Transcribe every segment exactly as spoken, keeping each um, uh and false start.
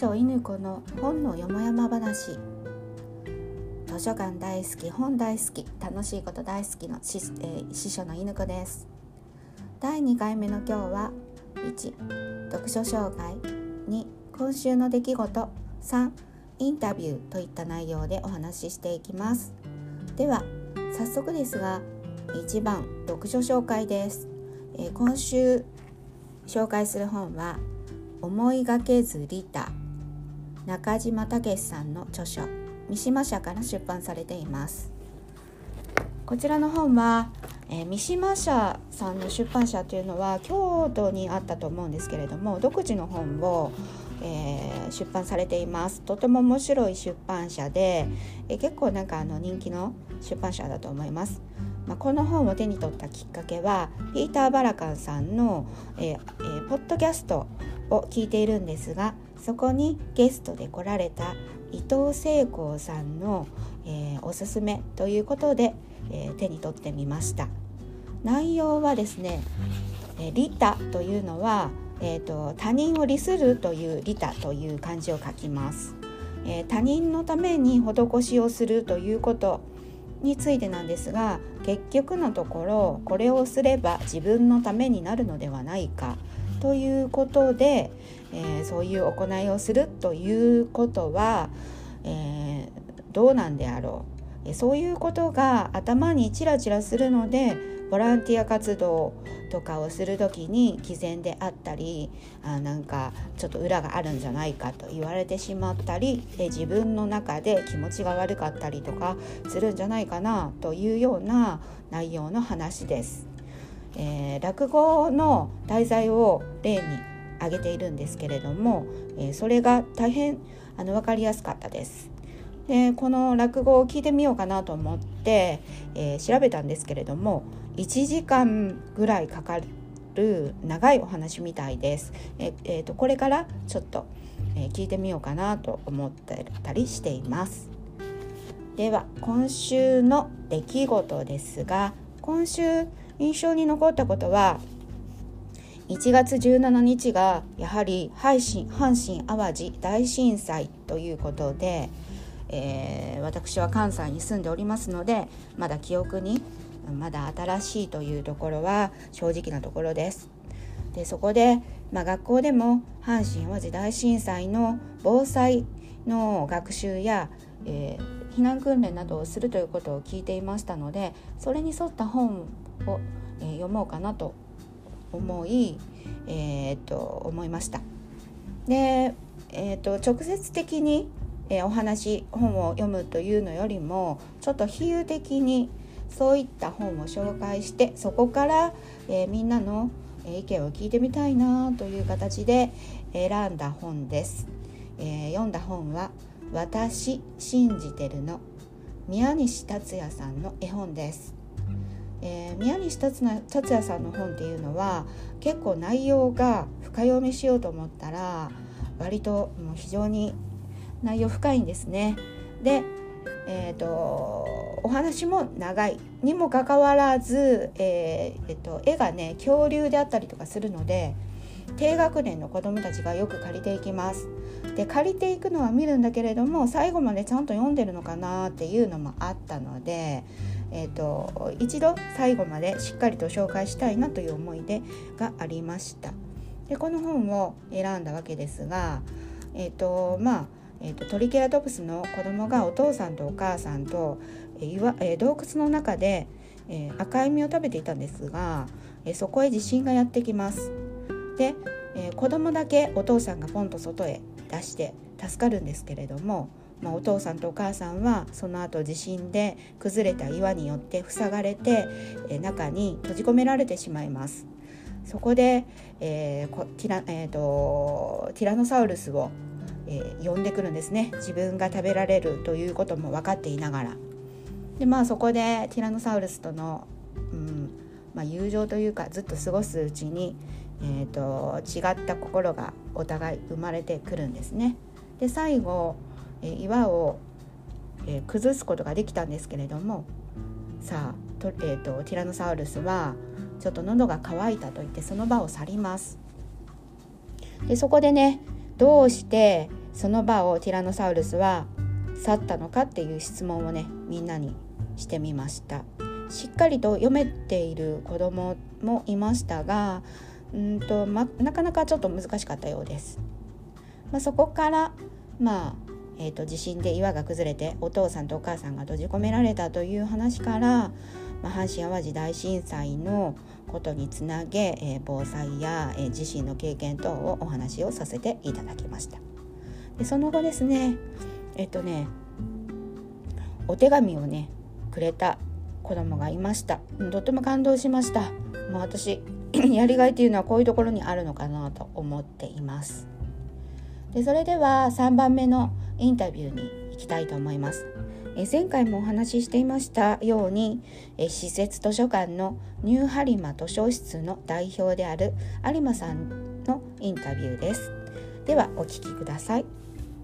書犬子の本のよもやま話。図書館大好き、本大好き、楽しいこと大好きの司、えー、司書の犬子です。だいにかいめの今日は、いち読書紹介、に今週の出来事、さんインタビューといった内容でお話ししていきます。では早速ですが、いちばん読書紹介です。えー、今週紹介する本は思いがけず利他、中島武さんの著書、三島社から出版されています。こちらの本は、えー、三島社さんの出版社というのは京都にあったと思うんですけれども、独自の本を、えー、出版されています。とても面白い出版社で、えー、結構なんかあの人気の出版社だと思います。まあ、この本を手に取ったきっかけはピーター・バラカンさんの、えーえー、ポッドキャストを聞いているんですが、そこにゲストで来られた伊藤聖光さんの、えー、おすすめということで、えー、手に取ってみました。内容はですね、えー、利他というのは、えーと、他人を利するという利他という漢字を書きます。えー、他人のために施しをするということについてなんですが、結局のところこれをすれば自分のためになるのではないかということで、えー、そういう行いをするということは、えー、どうなんであろう。そういうことが頭にチラチラするので、ボランティア活動とかをするときに偽善であったり、あなんかちょっと裏があるんじゃないかと言われてしまったり、え自分の中で気持ちが悪かったりとかするんじゃないかなというような内容の話です。えー、落語の題材を例に挙げているんですけれども、えー、それが大変あの分かりやすかったです。でこの落語を聞いてみようかなと思って、えー、調べたんですけれども、いちじかんぐらいかかる長いお話みたいです。えーえー、とこれからちょっと、えー、聞いてみようかなと思ったりしています。では今週の出来事ですが、今週印象に残ったことはいちがつじゅうしちにちがやはり阪神・阪神淡路大震災ということで、えー、私は関西に住んでおりますので、まだ記憶にまだ新しいというところは正直なところです。でそこで、まあ、学校でも阪神・淡路大震災の防災の学習や、えー、避難訓練などをするということを聞いていましたので、それに沿った本を、えー、読もうかなと思い、えー、っと思いました。で、えー、っと直接的に、えー、お話本を読むというのよりも、ちょっと比喩的にそういった本を紹介して、そこから、えー、みんなの意見を聞いてみたいなという形で選んだ本です。えー、読んだ本は私信じてるの宮西達也さんの絵本です。えー、宮西達也さんの本っていうのは結構内容が深読みしようと思ったら割ともう非常に内容深いんですね。で、えー、とお話も長いにもかかわらず、えーえー、と絵がね恐竜であったりとかするので、低学年の子どもたちがよく借りていきます。で借りていくのは見るんだけれども、最後までちゃんと読んでるのかなっていうのもあったので、えー、と一度最後までしっかりと紹介したいなという思い出がありました。でこの本を選んだわけですが、えーとまあえー、とトリケラトプスの子供がお父さんとお母さんと、えー岩えー、洞窟の中で、えー、赤い実を食べていたんですが、えー、そこへ地震がやってきます。で、えー、子供だけお父さんがポンと外へ出して助かるんですけれども、まあ、お父さんとお母さんはその後地震で崩れた岩によって塞がれて、えー、中に閉じ込められてしまいます。そこで、えーティラえー、とティラノサウルスを、えー、呼んでくるんですね。自分が食べられるということも分かっていながら。で、まあ、そこでティラノサウルスとの、うんまあ、友情というかずっと過ごすうちに、えー、と違った心がお互い生まれてくるんですね。で最後、えー、岩を、えー、崩すことができたんですけれども、さあ、とえー、とティラノサウルスはちょっと喉が渇いたと言ってその場を去ります。でそこでね、どうしてその場をティラノサウルスは去ったのかっていう質問をねみんなにしてみました。しっかりと読めている子どももいましたがうんと、ま、なかなかちょっと難しかったようです。まあ、そこから、まあえーと、地震で岩が崩れてお父さんとお母さんが閉じ込められたという話から、まあ、阪神・淡路大震災のことにつなげ、えー、防災や、えー、地震の経験等をお話をさせていただきました。でその後ですねえっ、ー、とねお手紙をねくれた子供がいました。とっても感動しました。もう私やりがいっていうのはこういうところにあるのかなと思っています。でそれではさんばんめのインタビューに行きたいと思います。え前回もお話ししていましたようにえ施設図書館のニューハリマ図書室の代表である有馬さんのインタビューです。ではお聞きください。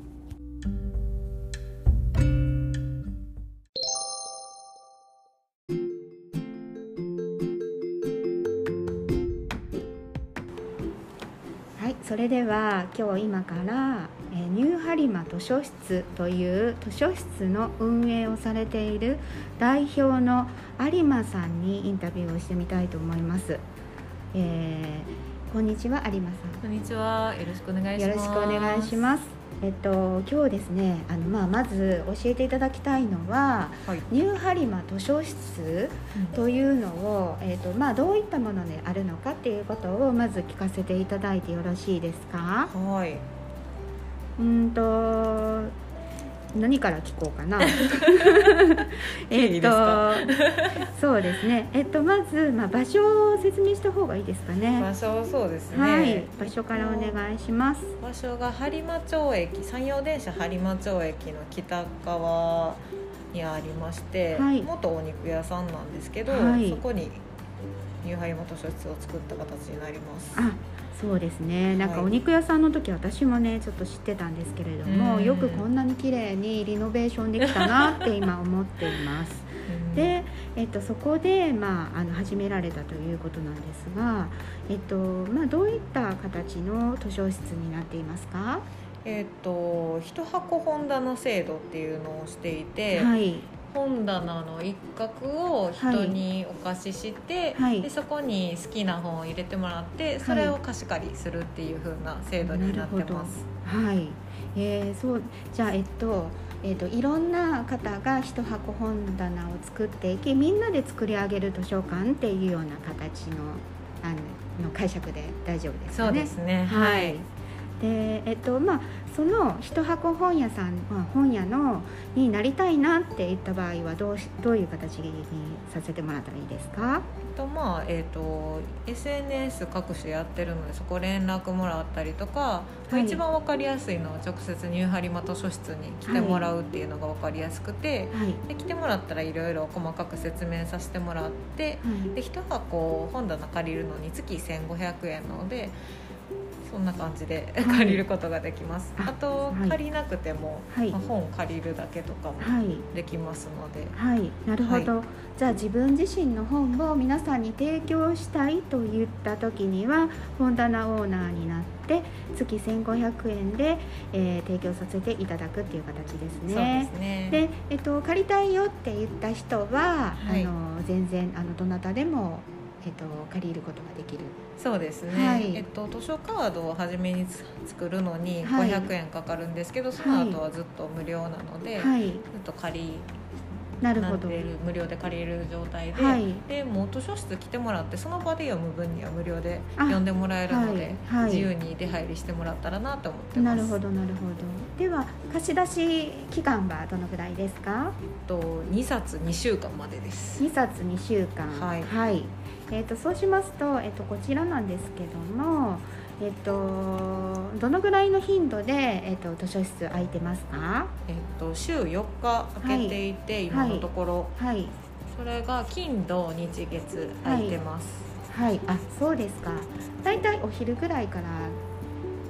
それでは今日今からえニューハリマ図書室という図書室の運営をされている代表の有馬さんにインタビューをしてみたいと思います。えー、こんにちは有馬さん。 こんにちは、よろしくお願いします。 よろしくお願いします。えっと、今日ですねあの、まあ、まず教えていただきたいのは、はい、ニューハリマ図書室というのを、うんえっとまあ、どういったものであるのかっていうことをまず聞かせていただいてよろしいですか？ はい。 うんと何から聞こうかなえっとそうですねえっとまず、まあ、場所を説明した方がいいですかね。 場所そうですね、 はい、場所からお願いします。 場所が播磨町駅、山陽電車播磨町駅の北側にありまして、はい、元お肉屋さんなんですけど、はい、そこにニューハリマ図書室を作った形になります。 あ、そうですね。なんかお肉屋さんの時、私もねちょっと知ってたんですけれども、うん、よくこんなに綺麗にリノベーションできたなって今思っています。うん、で、えっと、そこで、まあ、あの始められたということなんですが、えっとまあ、どういった形の図書室になっていますか？ えっと、一箱本棚制度っていうのをしていて、 はい、 本棚の一角を人にお貸しして、はい、でそこに好きな本を入れてもらってそれを貸し借りするっていう風な制度になってます。 はい、えー、そうじゃあ、えっとえー、といろんな方が一箱本棚を作っていきみんなで作り上げる図書館っていうような形の、あの、の解釈で大丈夫ですかね？ そうですね、 はい。でえっとまあ、その一箱本屋さん、まあ、本屋のになりたいなって言った場合はどうしどういう形にさせてもらったらいいですか？ とまあえー、と エスエヌエス 各種やってるのでそこ連絡もらったりとか、はいまあ、一番分かりやすいのは直接ニューハリマ図書室に来てもらうっていうのが分かりやすくて、はい、で来てもらったらいろいろ細かく説明させてもらって、はい、で一箱本棚借りるのに月せんごひゃくえんなのでそんな感じで借りることができます。はい、あと、はい、借りなくても、はいまあ、本借りるだけとかもできますので、 はい、はい、なるほど、はい、じゃあ自分自身の本を皆さんに提供したいと言った時には本棚オーナーになって月せんごひゃくえんで、えー、提供させていただくっていう形ですね。 そうですね。 で、えっと、借りたいよって言った人は、はい、あの全然あのどなたでもえっと、借りることができる。 そうですね、はいえっと、図書カードを初めに作るのにごひゃくえんかかるんですけど、はい、その後はずっと無料なので、はい、ずっと借りなるほど無料で借りれる状態で、はい、でもう図書室来てもらってその場で読む分には無料で読んでもらえるので、はいはい、自由に出入りしてもらったらなと思ってます。 なるほどなるほど。では貸し出し期間はどのくらいですか？ えっと、にさつにしゅうかんまでです。 にさつにしゅうかん、はいはいえー、とそうしますと、えー、とこちらなんですけども、えー、とどのぐらいの頻度で、えー、と図書室空いてますか？ えー、と週よっか空けていて、はい、今のところ、はいはい、それが金土日月空いてます。 はい、はい、あそうですか。だいたいお昼ぐらいから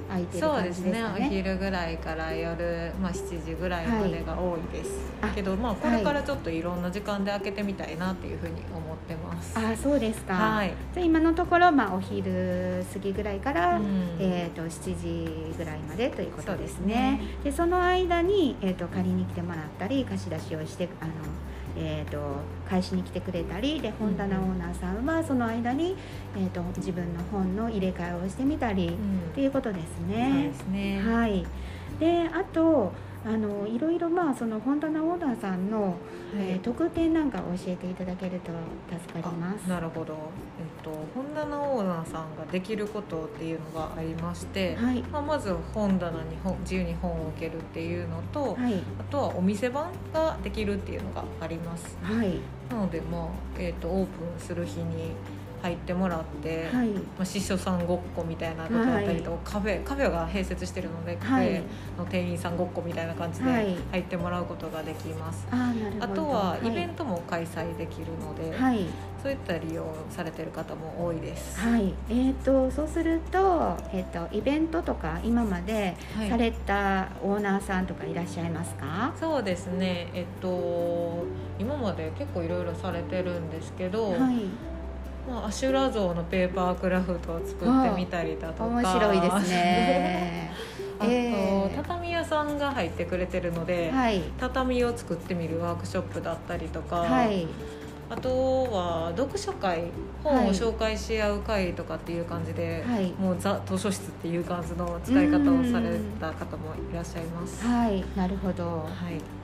空いてる感じですかね。 そうですね、お昼ぐらいから夜、まあ、しちじぐらいまでが多いです、はい、けど、まあ、これからちょっといろんな時間で開けてみたいなっていうふうに思ってます。 あ、そうですか、 はい、 じゃあ今のところ、まあ、お昼過ぎぐらいから、 うん、 えー、としちじぐらいまでということですね。そで、その間に、えー、と借りに来てもらったり貸し出しをしてあのえー、と返しに来てくれたりで、本棚オーナーさんはその間に、えー、と自分の本の入れ替えをしてみたり、うん、っていうことですね。 そうですね、 はい、であとあのいろいろ、まあ、その本棚オーナーさんの、はい、えー、特典なんかを教えていただけると助かります。 なるほど、えっと、本棚オーナーさんができることっていうのがありまして、はい、まあ、まず本棚に本自由に本を置けるっていうのと、はい、あとはお店番ができるっていうのがあります、はい、なので、まあえー、とオープンする日に入ってもらって、はい、まあ、司書さんごっこみたいなことだったりと、はい、カフェカフェが併設しているので、カフェの店員さんごっこみたいな感じで入ってもらうことができます、はい、あ, あとはイベントも開催できるので、はい、そういった利用されている方も多いです、 はい、えー、とそうすると、えー、とイベントとか今までされたオーナーさんとかいらっしゃいますか？ はい、そうですね、えっと今まで結構いろいろされてるんですけど、はい、まあ、アシュラ像のペーパークラフトを作ってみたりだとか、 面白いですねあと、えー、畳屋さんが入ってくれてるので、はい、畳を作ってみるワークショップだったりとか、はい、あとは読書会、本を紹介し合う会とかっていう感じで、はい、もうザ図書室っていう感じの使い方をされた方もいらっしゃいます。 はい、なるほど、はい、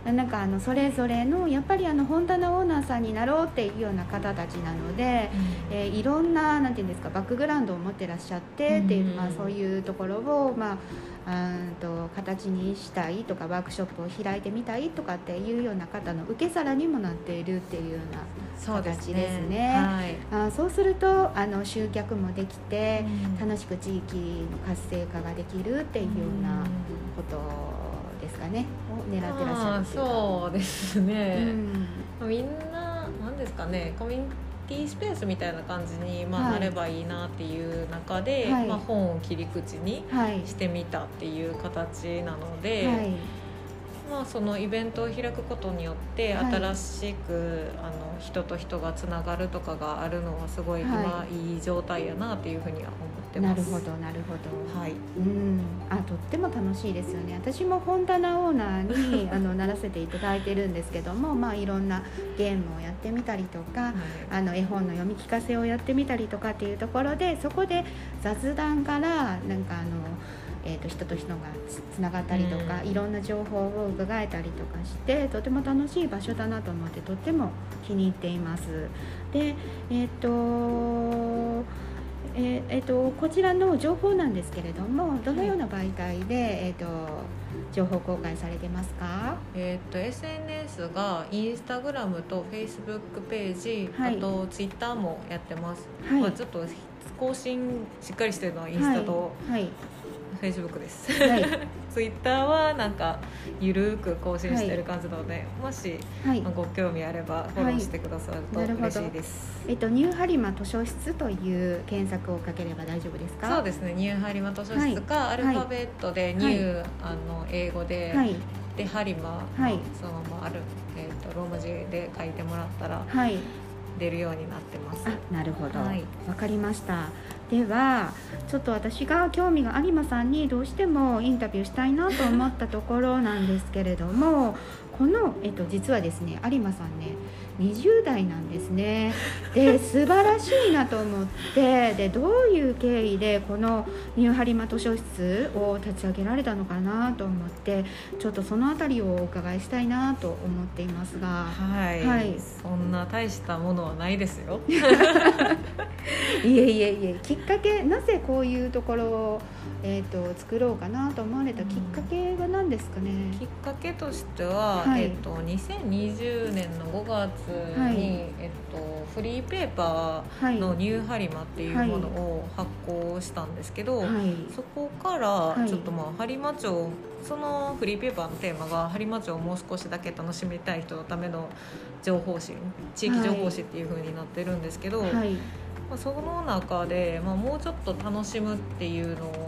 なんかあのそれぞれのやっぱりあの本棚オーナーさんになろうっていうような方たちなので、うん、えー、いろんななんていうんですかバックグラウンドを持ってらっしゃってっていう、うん、まあ、そういうところを、まあ、うんと形にしたいとかワークショップを開いてみたいとかっていうような方の受け皿にもなっているっていうような形ですね。そうですね、はい、あそうするとあの集客もできて、うん、楽しく地域の活性化ができるっていうようなことですかね、を狙ってらっしゃるっていうか。 そうですね、うん、みんな何ですかね、コミュニティスペースみたいな感じに、まあはい、なればいいなっていう中で、はい、まあ、本を切り口にしてみたっていう形なので、はい、まあ、そのイベントを開くことによって新しく、はい、あの人と人がつながるとかがあるのはすごい今いい状態やなっていうふうには思ってます。 なるほどなるほど、 はい、 うん、あとっても楽しいですよね。私も本棚オーナーにあのならせていただいてるんですけども、まあ、いろんなゲームをやってみたりとか、はい、あの絵本の読み聞かせをやってみたりとかっていうところで、そこで雑談からなんかあのえー、と人と人が つ, つながったりとか、うん、いろんな情報を伺えたりとかしてとても楽しい場所だなと思ってとっても気に入っています。で、えーとえーえー、とこちらの情報なんですけれども、どのような媒体で、えー、と情報公開されてますか？ えー、と エスエヌエス がインスタグラムとフェイスブックページ、はい、あとツイッターもやってます、はい、まあ、ちょっと更新しっかりしてるのはインスタと、はいはい、フェイスブックです、はい、ツイッターはなんかゆるく更新してる感じなので、はい、もし、はい、まあ、ご興味あればフォローしてくださると嬉しいです、 はい、えっと、ニューハリマ図書室という検索をかければ大丈夫ですか？ そうですね、ニューハリマ図書室か、はい、アルファベットでニュー、はい、あの英語で、はい、でハリマ、はい、そのままある、えー、とローマ字で書いてもらったら、はい、出るようになってます。 あ、なるほど、はい、わかりました。ではちょっと私が興味が有馬さんにどうしてもインタビューしたいなと思ったところなんですけれどもこの、えっと、実はですね有馬さんねにじゅう代なんですね。で素晴らしいなと思ってでどういう経緯でこのニューハリマ図書室を立ち上げられたのかなと思ってちょっとそのあたりをお伺いしたいなと思っていますが、 はい、はい、そんな大したものはないですよいえいえいえ、きっかけなぜこういうところを、えー、と作ろうかなと思われたきっかけは何ですかね？ きっかけとしては、はい、えー、とにせんにじゅうねんのごがつに、はい、えー、とフリーペーパーのニューハリマっていうものを発行したんですけど、はい、そこからちょっとまあ播磨町、そのフリーペーパーのテーマが播磨町をもう少しだけ楽しみたい人のための情報誌、地域情報誌っていう風になってるんですけど、はい、まあ、その中で、まあ、もうちょっと楽しむっていうの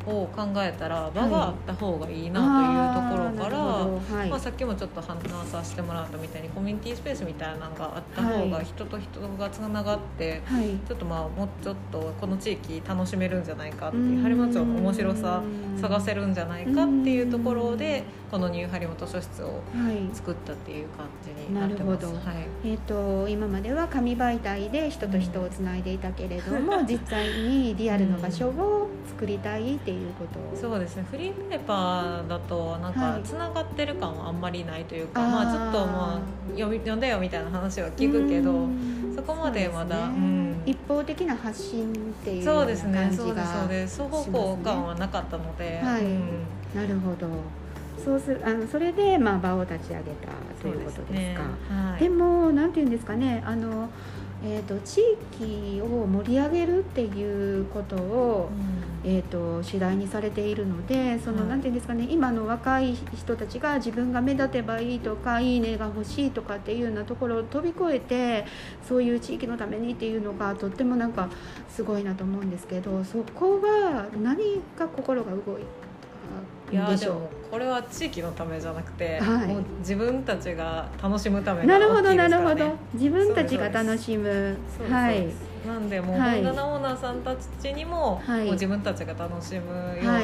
を考えたら場があった方がいいなというところから、 はいまあ、さっきもちょっと話させてもらったみたいにコミュニティスペースみたいなのがあった方が人と人がつながって、はい、ちょっとまあもうちょっとこの地域楽しめるんじゃないかっていう播磨町の面白さ探せるんじゃないかっていうところでこのニュー播磨図書室を作ったっていう感じになってます。 なるほど、 はい、 えーと、今までは紙媒体で人と人をつないでいたけれども、うん、実際にリアルの場所を作りたいっていうことを、 そうですね。フリーペーパーだとなんかつながってる感はあんまりないというか、はい、まあちょっとまあ読み読んだよみたいな話は聞くけど、そこまでまだ、 う、ね、うん、一方的な発信っていうような感じが、 そうですね、そうですそうです双方向感はなかったので、 はい、うん、なるほど。そうするあのそれで、まあ、場を立ち上げたということですか。で, すね、はい、でもなんていうんですかね、あの、えーと、地域を盛り上げるっていうことを、うん、えーと、主題にされているので、その、はい、なんていうんですかね、今の若い人たちが自分が目立てばいいとかいいねが欲しいとかっていうようなところを飛び越えてそういう地域のためにっていうのがとってもなんかすごいなと思うんですけど、そこは何が心が動いていやでもこれは地域のためじゃなくて、はい、もう自分たちが楽しむための大きいですからね。なるほどなるほど、 自分たちが楽しむ、 はい、なんでもう本棚オーナーさんたちにも、はい、もう自分たちが楽しむように、はい、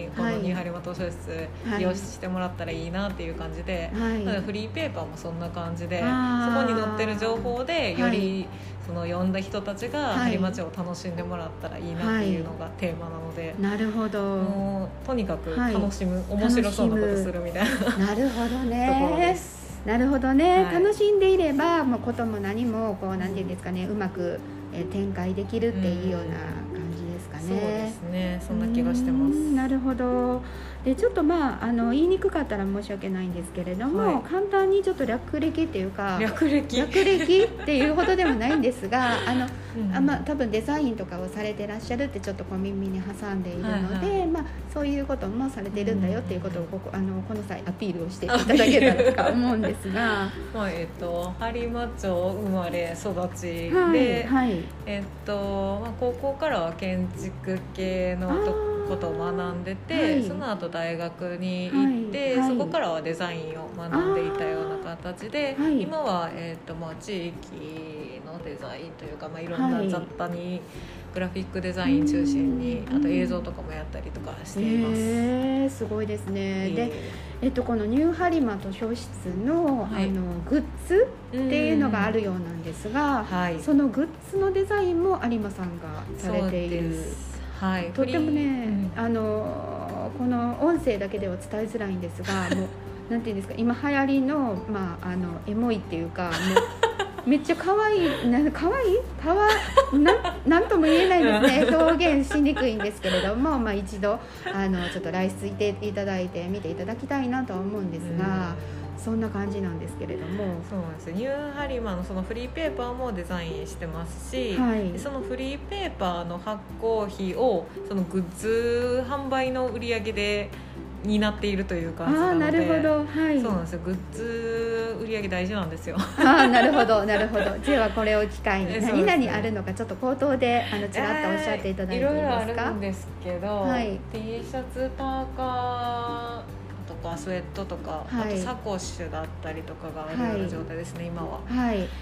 このニュー播磨図書室利用してもらったらいいなっていう感じで、はい、なのでフリーペーパーもそんな感じで、そこに載ってる情報でより、その読んだ人たちが播磨町を楽しんでもらったらいいなっていうのがテーマなので、 なるほど、 もうとにかく楽しむ、はい、面白そうなことするみたいななるほどねところです。 なるほどね、はい、楽しんでいればもうことも何もこうなんていうんですかね、うまく展開できるっていうような感じですかね。 そうですね、そんな気がしてます。 なるほど。でちょっとまああの言いにくかったら申し訳ないんですけれども、はい、簡単にちょっと略歴っていうか略歴略歴っていうほどでもないんですがあの、うん、あまあ、多分デザインとかをされてらっしゃるってちょっと小耳に挟んでいるので、はいはい、まあ、そういうこともされてるんだよっていうことをここ、あのこの際アピールをしていただけたらとか思うんですがまあ、えっと播磨町生まれ育ちで、 はいはい、 えっとまあ、高校からは建築系のとことを学んでて、はい、その後大学に行って、はい、そこからはデザインを学んでいたような形で、はい、今は、えーとまあ、地域のデザインというか、まあ、いろんな雑多にグラフィックデザイン中心に、あと映像とかもやったりとかしています。 えー、すごいですね。で、えっと、このニュー播磨図書室 の、はい、あのグッズっていうのがあるようなんですが、はい、そのグッズのデザインも有馬さんがされている。はい、とってもね、うん、あのこの音声だけでは伝えづらいんですがもうなんていうんですか、今流行りの、まあ、あのエモいっていうかもうめっちゃ可愛いな可愛いかわななんとも言えないですね、表現しにくいんですけれども、まあ、一度あのちょっと来室いていただいて見ていただきたいなとは思うんですが、うん、そんな感じなんですけれども、 そうなんですよ。ニュー播磨のそのフリーペーパーもデザインしてますし、はい、そのフリーペーパーの発行費をそのグッズ販売の売り上げでになっているという感じなので、あ、なるほど、はい、そうなんですよ。グッズ売り上げ大事なんですよ。 あ、なるほどなるほど。ではこれを機会に何々あるのかちょっと口頭であのちらっとおっしゃっていただいていいですか。いろいろあるんですけど、はい、T シャツ、パーカーとかスウェットとか、はい、あとサコッシュだったりとかがあるような状態ですね、はい、今は。 はい、うん、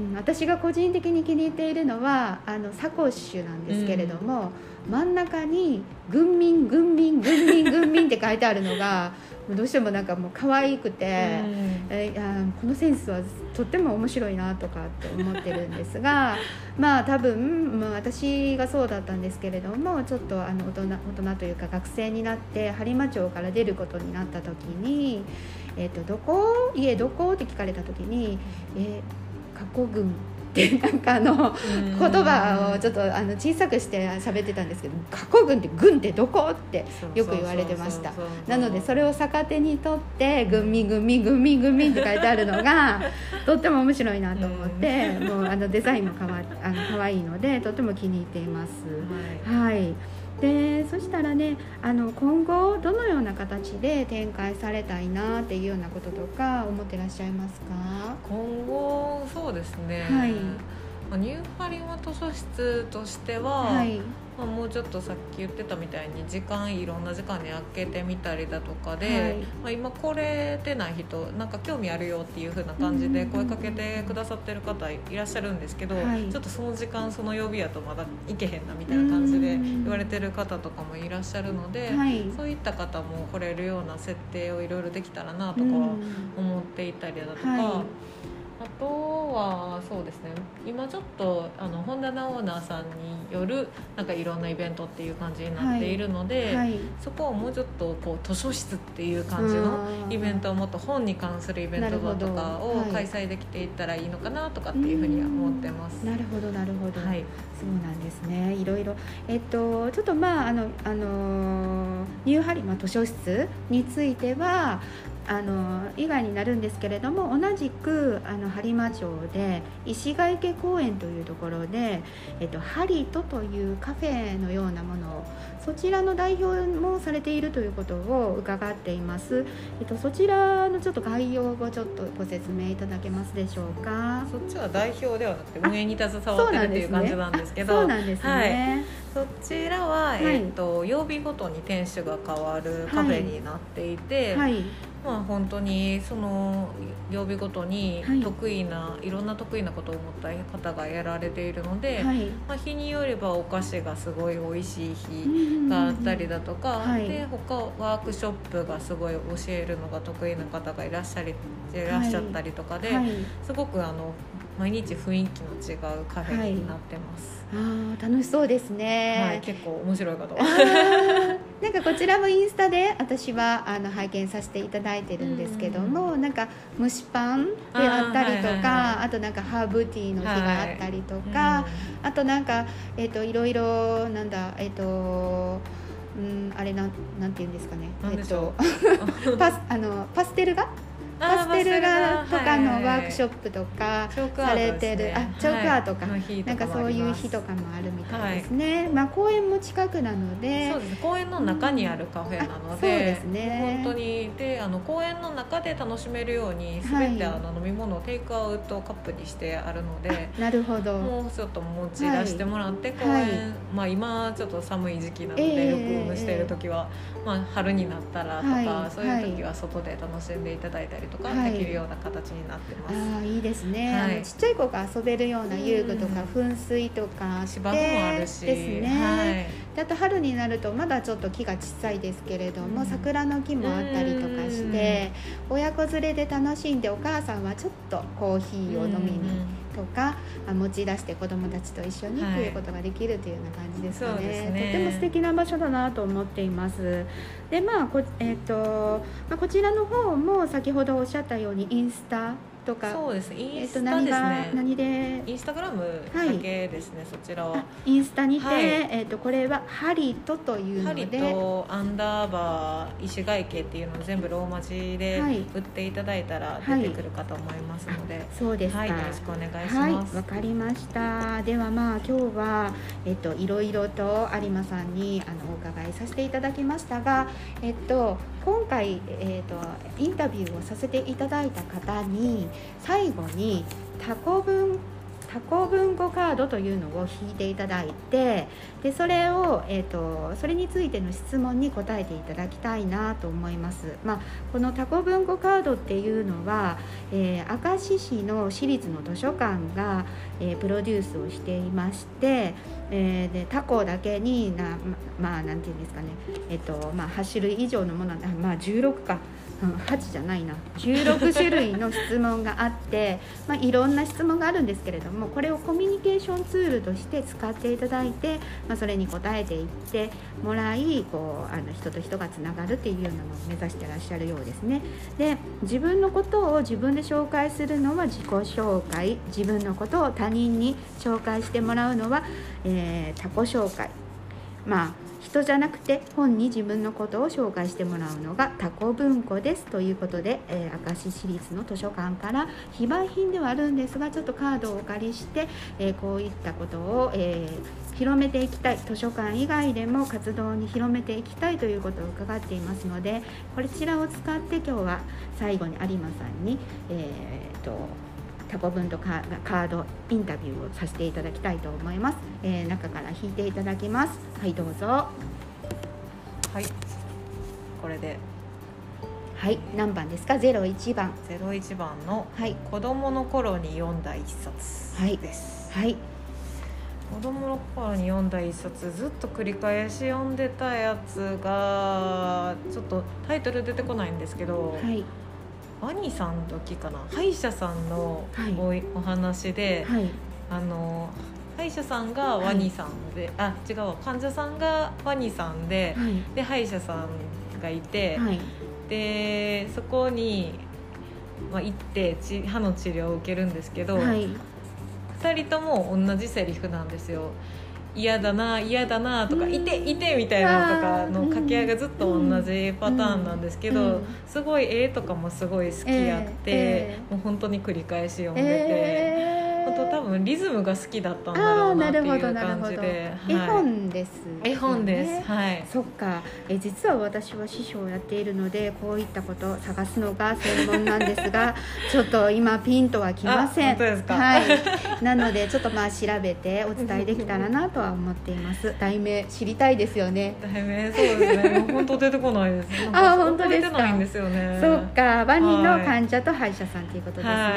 私が個人的に気に入っているのはあのサコッシュなんですけれども、うん、真ん中に軍民軍民軍民軍民って書いてあるのがどうしてもなんかもう可愛くて、うん、えあこのセンスはとっても面白いなとかって思ってるんですがまあ多分、まあ、私がそうだったんですけれども、ちょっとあの大人、大人というか学生になって播磨町から出ることになった時に、えーと、どこ家どこって聞かれた時に、えー、過去軍ってなんかあの言葉をちょっとあの小さくして喋ってたんですけど、過去軍って軍ってどこってよく言われてました。なのでそれを逆手にとって軍民軍民軍民軍民って書いてあるのがとっても面白いなと思って、もうあのデザインもかわあの可愛いのでとても気に入っています。はい、はい、でそしたらね、あの今後どのような形で展開されたいなっていうようなこととか思ってらっしゃいますか？ 今後そうですね、 はい、 ニューハリマ図書室としては、はい、まあ、もうちょっとさっき言ってたみたいに時間いろんな時間に空けてみたりだとかで、はい、まあ、今来れてない人なんか興味あるよっていう風な感じで声かけてくださってる方いらっしゃるんですけど、はい、ちょっとその時間その曜日やとまだ行けへんなみたいな感じで言われてる方とかもいらっしゃるので、はい、そういった方も来れるような設定をいろいろできたらなとかは思っていたりだとか、はい、あとはそうですね、今ちょっとあの本棚オーナーさんによるなんかいろんなイベントっていう感じになっているので、はいはい、そこをもうちょっとこう図書室っていう感じのイベントをもっと本に関するイベントだとかを開催できていったらいいのかなとかっていうふうには思ってます。 なるほどなるほど、はい、そうなんですね。いろいろえっとちょっとまああのあのニューハリマ図書室についてはあの以外になるんですけれども、同じくあの播磨町で石ヶ池公園というところで、えっと、ハリトというカフェのようなものをそちらの代表もされているということを伺っています。えっと、そちらのちょっと概要をちょっとご説明いただけますでしょうか。 そっちは代表ではなくて運営に携わってるっていう感じなんですけど、 そうなんですね。はい、 そちらは、えーと、曜日ごとに店主が変わるカフェになっていて、はいはい、まあ、本当にその曜日ごとに得意な、はい、いろんな得意なことを持った方がやられているので、はい、まあ、日によればお菓子がすごい美味しい日があったりだとか、はい、で他ワークショップがすごい教えるのが得意な方がいらっしゃりいらっしゃったりとかで、はいはい、すごくあの毎日雰囲気の違うカフェになってます。 はい、あ、楽しそうですね。 はい、結構面白いかと。 なんかこちらもインスタで私はあの拝見させていただいてるんですけども、うん、なんか蒸しパンであったりとか、 あ,、はいはいはい、あとなんかハーブティーの日があったりとか、はい、うん、あとなんか、えーと、いろいろなんだえっ、ー、とうん、あれなんなんていうんですかね、 なんでしょう、 えっと、パスあのパステル画パステル画とかのワークショップとかされてる、あ、チョークアートか、なんかそういう日とかもあるみたいですね。はい、まあ公園も近くなので、 そうですね、公園の中にあるカフェなので、そうですね、本当にであの公園の中で楽しめるように全てあの飲み物をテイクアウトカップにしてあるので、 なるほど、 もうちょっと持ち出してもらって、はい、公園、はい、まあ今ちょっと寒い時期なので、えー、録音している時は、えー、まあ春になったらとか、はい、そういう時は外で楽しんでいただいたりとか、はい、できるような形になってます。 あ、いいですね。はい、あのちっちゃい子が遊べるような遊具とか噴水とか芝生もあるしですね。はい、であと春になるとまだちょっと木が小さいですけれども、うん、桜の木もあったりとかして、親子連れで楽しんで、お母さんはちょっとコーヒーを飲みにとか、うん、持ち出して子どもたちと一緒にということができるというような感じですかね。はい、そうですね、とても素敵な場所だなと思っています。で、まあこ、えーとまあ、こちらの方も先ほどおっしゃったようにインスタとか、 そうです、インスタですね、 何でインスタグラムだけですね、はい、そちらはインスタにて、はい、えー、とこれはハリトというので、 ハリトアンダーバー石ヶ池っていうのを全部ローマ字で打っていただいたら出てくるかと思いますので、はい、 そうですか、はい、 よろしくお願いします。 はい、わかりました。ではまあ今日は、えっと、いろいろと有馬さんにあのお伺いさせていただきましたが、えっと、今回、えっと、インタビューをさせていただいた方に最後にタコ文タコ文語カードというのを引いていただいて、でそれを、えーと、それについての質問に答えていただきたいなと思います。まあ、このタコ文語カードっていうのは、えー、明石市の市立の図書館が、えー、プロデュースをしていまして、えー、でタコだけにな、ま、まあなんていうんですかね、えーとまあ、はち種類以上のもの、まあ、じゅうろくかはちじゃないなじゅうろく種類の質問があって、まあ、いろんな質問があるんですけれども、これをコミュニケーションツールとして使っていただいて、まあ、それに答えていってもらい、こうあの人と人がつながるっていうようなのを目指してらっしゃるようですね。で、自分のことを自分で紹介するのは自己紹介、自分のことを他人に紹介してもらうのは、えー、他己紹介、まあ人じゃなくて本に自分のことを紹介してもらうのがタコ文庫ですということで、えー、明石市立の図書館から非売品ではあるんですが、ちょっとカードをお借りして、えー、こういったことを、えー、広めていきたい、図書館以外でも活動に広めていきたいということを伺っていますので、こちらを使って今日は最後に有馬さんに、えー、とタコ分とカードインタビューをさせていただきたいと思います。えー、中から引いていただきます。はい、どうぞ。はい、これではい、何番ですか？ゼロいちばん。 ゼロいちばんの、 はい、 子供の頃に読んだ一冊です。 はい、はい、 子供の頃に読んだ一冊、ずっと繰り返し読んでたやつがちょっとタイトル出てこないんですけど、 はい、 ワニさんの時かな、歯医者さんのお、はい、お話で、 はい、 あの歯医者さんがワニさんで、はい、あ違うわ患者さんがワニさんで、はい、で歯医者さんがいて、はい、でそこに、まあ、行ってち歯の治療を受けるんですけど、はい、ふたりとも同じセリフなんですよ。嫌だな嫌だなとか、うん、いていてみたいなのとかの掛け合いがずっと同じパターンなんですけど、うんうん、すごい絵とかもすごい好きやって、えー、もう本当に繰り返し読んでて、えー多分リズムが好きだったんだろうなっていう感じで、 はい、絵本です、ね、 絵本です、はい、 そっか。え実は私は師匠をやっているのでこういったことを探すのが専門なんですがちょっと今ピンとはきません。 本当ですか？ はい、なのでちょっとまあ調べてお伝えできたらなとは思っています。題名知りたいですよね。 題名そうですね。もう本当出てこないです。 あ本当ですか？ 覚えてないんですよね。 そっか。ワニの患者と歯医者さんということですね、はい、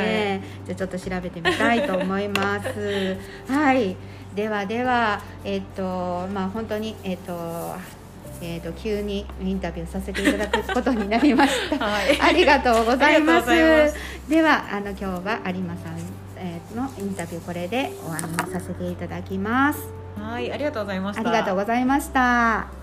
じゃあちょっと調べてみたいと思いますはい、ではでは、えっとまあ、本当に、えっとえっと、急にインタビューさせていただくことになりました、はい、ありがとうございます。ではあの今日は有馬さん、えー、のインタビューこれで終わりにさせていただきます。 はい、ありがとうございました。 ありがとうございました。